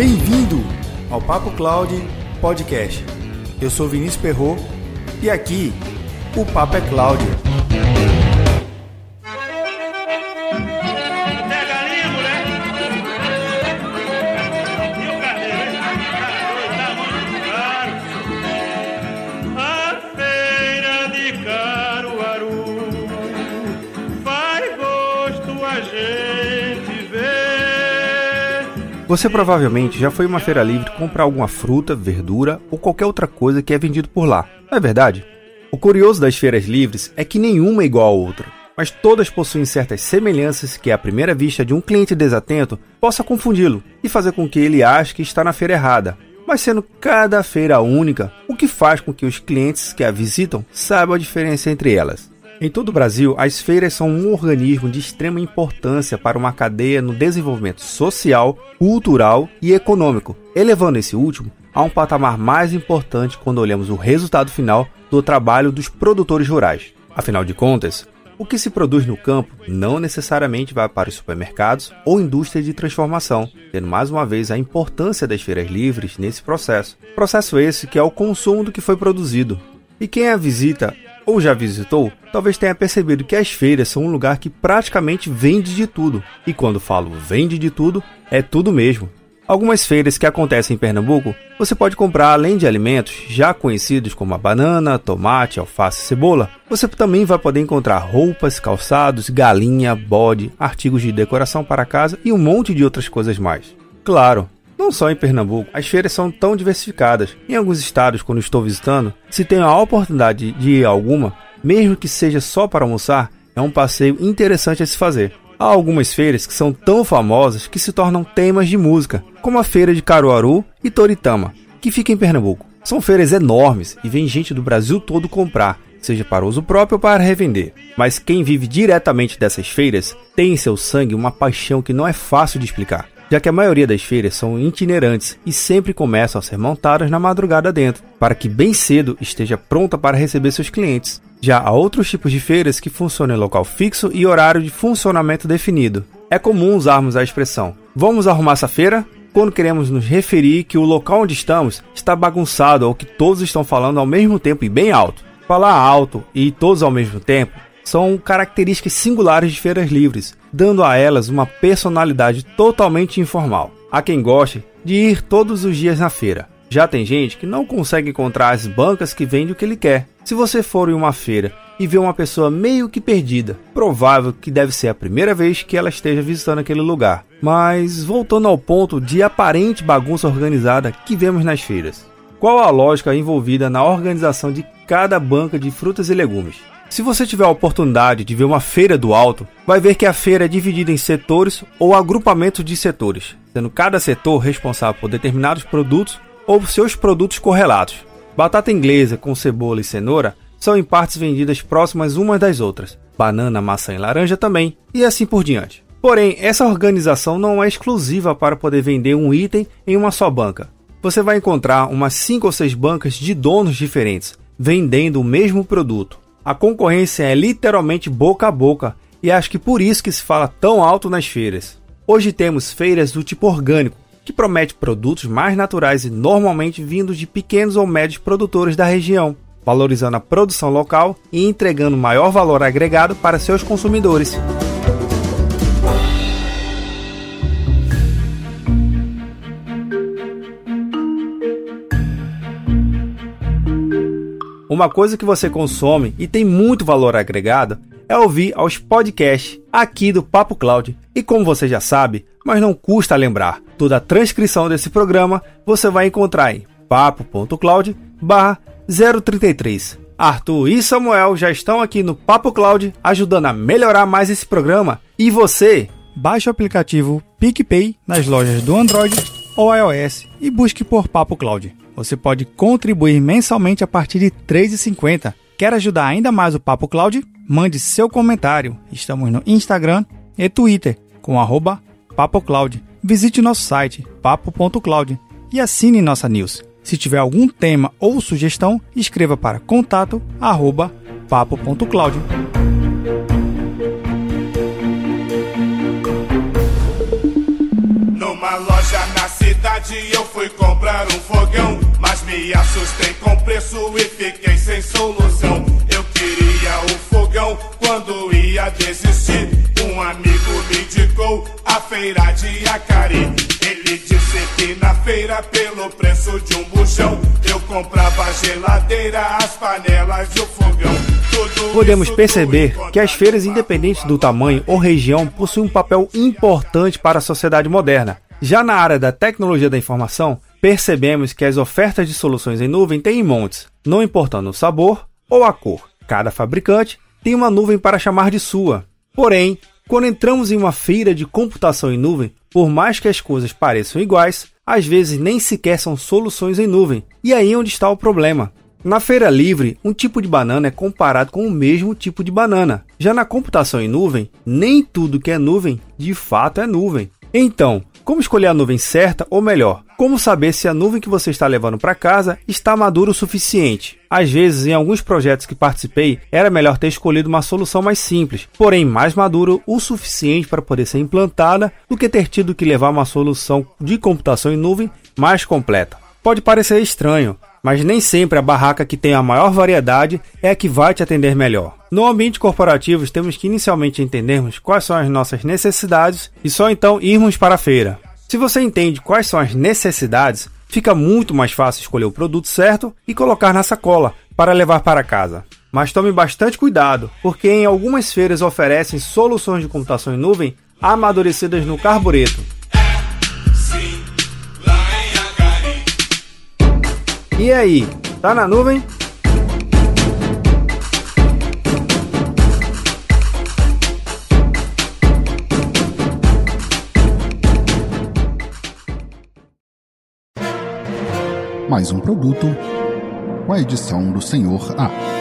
Bem-vindo ao Papo Cloud Podcast. Eu sou Vinícius Perrot e aqui o Papo é Cloud. Você provavelmente já foi a uma feira livre comprar alguma fruta, verdura ou qualquer outra coisa que é vendido por lá, não é verdade? O curioso das feiras livres é que nenhuma é igual à outra, mas todas possuem certas semelhanças que à primeira vista de um cliente desatento possa confundi-lo e fazer com que ele ache que está na feira errada, mas sendo cada feira única, o que faz com que os clientes que a visitam saibam a diferença entre elas. Em todo o Brasil, as feiras são um organismo de extrema importância para uma cadeia no desenvolvimento social, cultural e econômico, elevando esse último a um patamar mais importante quando olhamos o resultado final do trabalho dos produtores rurais. Afinal de contas, o que se produz no campo não necessariamente vai para os supermercados ou indústria de transformação, tendo mais uma vez a importância das feiras livres nesse processo. Processo esse que é o consumo do que foi produzido. E quem a visita ou já visitou, talvez tenha percebido que as feiras são um lugar que praticamente vende de tudo. E quando falo vende de tudo, é tudo mesmo. Algumas feiras que acontecem em Pernambuco, você pode comprar, além de alimentos já conhecidos como a banana, tomate, alface e cebola, você também vai poder encontrar roupas, calçados, galinha, bode, artigos de decoração para casa e um monte de outras coisas mais. Claro, não só em Pernambuco, as feiras são tão diversificadas. Em alguns estados, quando estou visitando, se tem a oportunidade de ir a alguma, mesmo que seja só para almoçar, é um passeio interessante a se fazer. Há algumas feiras que são tão famosas que se tornam temas de música, como a feira de Caruaru e Toritama, que fica em Pernambuco. São feiras enormes e vem gente do Brasil todo comprar, seja para uso próprio ou para revender. Mas quem vive diretamente dessas feiras tem em seu sangue uma paixão que não é fácil de explicar, já que a maioria das feiras são itinerantes e sempre começam a ser montadas na madrugada dentro, para que bem cedo esteja pronta para receber seus clientes. Já há outros tipos de feiras que funcionam em local fixo e horário de funcionamento definido. É comum usarmos a expressão "vamos arrumar essa feira?" quando queremos nos referir que o local onde estamos está bagunçado ou que todos estão falando ao mesmo tempo e bem alto. Falar alto e todos ao mesmo tempo são características singulares de feiras livres, dando a elas uma personalidade totalmente informal. Há quem goste de ir todos os dias na feira. Já tem gente que não consegue encontrar as bancas que vendem o que ele quer. Se você for em uma feira e ver uma pessoa meio que perdida, provável que deve ser a primeira vez que ela esteja visitando aquele lugar. Mas voltando ao ponto de aparente bagunça organizada que vemos nas feiras. Qual a lógica envolvida na organização de cada banca de frutas e legumes? Se você tiver a oportunidade de ver uma feira do alto, vai ver que a feira é dividida em setores ou agrupamentos de setores, sendo cada setor responsável por determinados produtos ou seus produtos correlatos. Batata inglesa com cebola e cenoura são em partes vendidas próximas umas das outras, banana, maçã e laranja também, e assim por diante. Porém, essa organização não é exclusiva para poder vender um item em uma só banca. Você vai encontrar umas 5 ou 6 bancas de donos diferentes, vendendo o mesmo produto. A concorrência é literalmente boca a boca e acho que por isso que se fala tão alto nas feiras. Hoje temos feiras do tipo orgânico, que promete produtos mais naturais e normalmente vindos de pequenos ou médios produtores da região, valorizando a produção local e entregando maior valor agregado para seus consumidores. Uma coisa que você consome e tem muito valor agregado é ouvir aos podcasts aqui do Papo Cloud. E como você já sabe, mas não custa lembrar, toda a transcrição desse programa você vai encontrar em papo.cloud/033. Arthur e Samuel já estão aqui no Papo Cloud ajudando a melhorar mais esse programa. E você? Baixe o aplicativo PicPay nas lojas do Android ou iOS e busque por Papo Cloud. Você pode contribuir mensalmente a partir de R$ 3,50. Quer ajudar ainda mais o Papo Cloud? Mande seu comentário. Estamos no Instagram e Twitter com @PapoCloud. Visite nosso site papo.cloud e assine nossa news. Se tiver algum tema ou sugestão, escreva para contato@papo.cloud. Numa loja na cidade cidade eu fui comprar um fogão, mas me assustei com preço e fiquei sem solução. Eu queria o fogão, quando ia desistir, um amigo me indicou a feira de Acari. Ele disse que na feira, pelo preço de um buchão, eu comprava a geladeira, as panelas e o fogão. Podemos perceber que as feiras, independentes do tamanho ou região, possuem um papel importante para a sociedade moderna. Já na área da tecnologia da informação, percebemos que as ofertas de soluções em nuvem têm em montes, não importando o sabor ou a cor. Cada fabricante tem uma nuvem para chamar de sua. Porém, quando entramos em uma feira de computação em nuvem, por mais que as coisas pareçam iguais, às vezes nem sequer são soluções em nuvem. E aí é onde está o problema. Na feira livre, um tipo de banana é comparado com o mesmo tipo de banana. Já na computação em nuvem, nem tudo que é nuvem, de fato é nuvem. Então, como escolher a nuvem certa, ou melhor, como saber se a nuvem que você está levando para casa está madura o suficiente? Às vezes, em alguns projetos que participei, era melhor ter escolhido uma solução mais simples, porém mais madura o suficiente para poder ser implantada, do que ter tido que levar uma solução de computação em nuvem mais completa. Pode parecer estranho, mas nem sempre a barraca que tem a maior variedade é a que vai te atender melhor. No ambiente corporativo, temos que inicialmente entendermos quais são as nossas necessidades e só então irmos para a feira. Se você entende quais são as necessidades, fica muito mais fácil escolher o produto certo e colocar na sacola para levar para casa. Mas tome bastante cuidado, porque em algumas feiras oferecem soluções de computação em nuvem amadurecidas no carbureto. E aí, tá na nuvem? Mais um produto com a edição do Senhor A.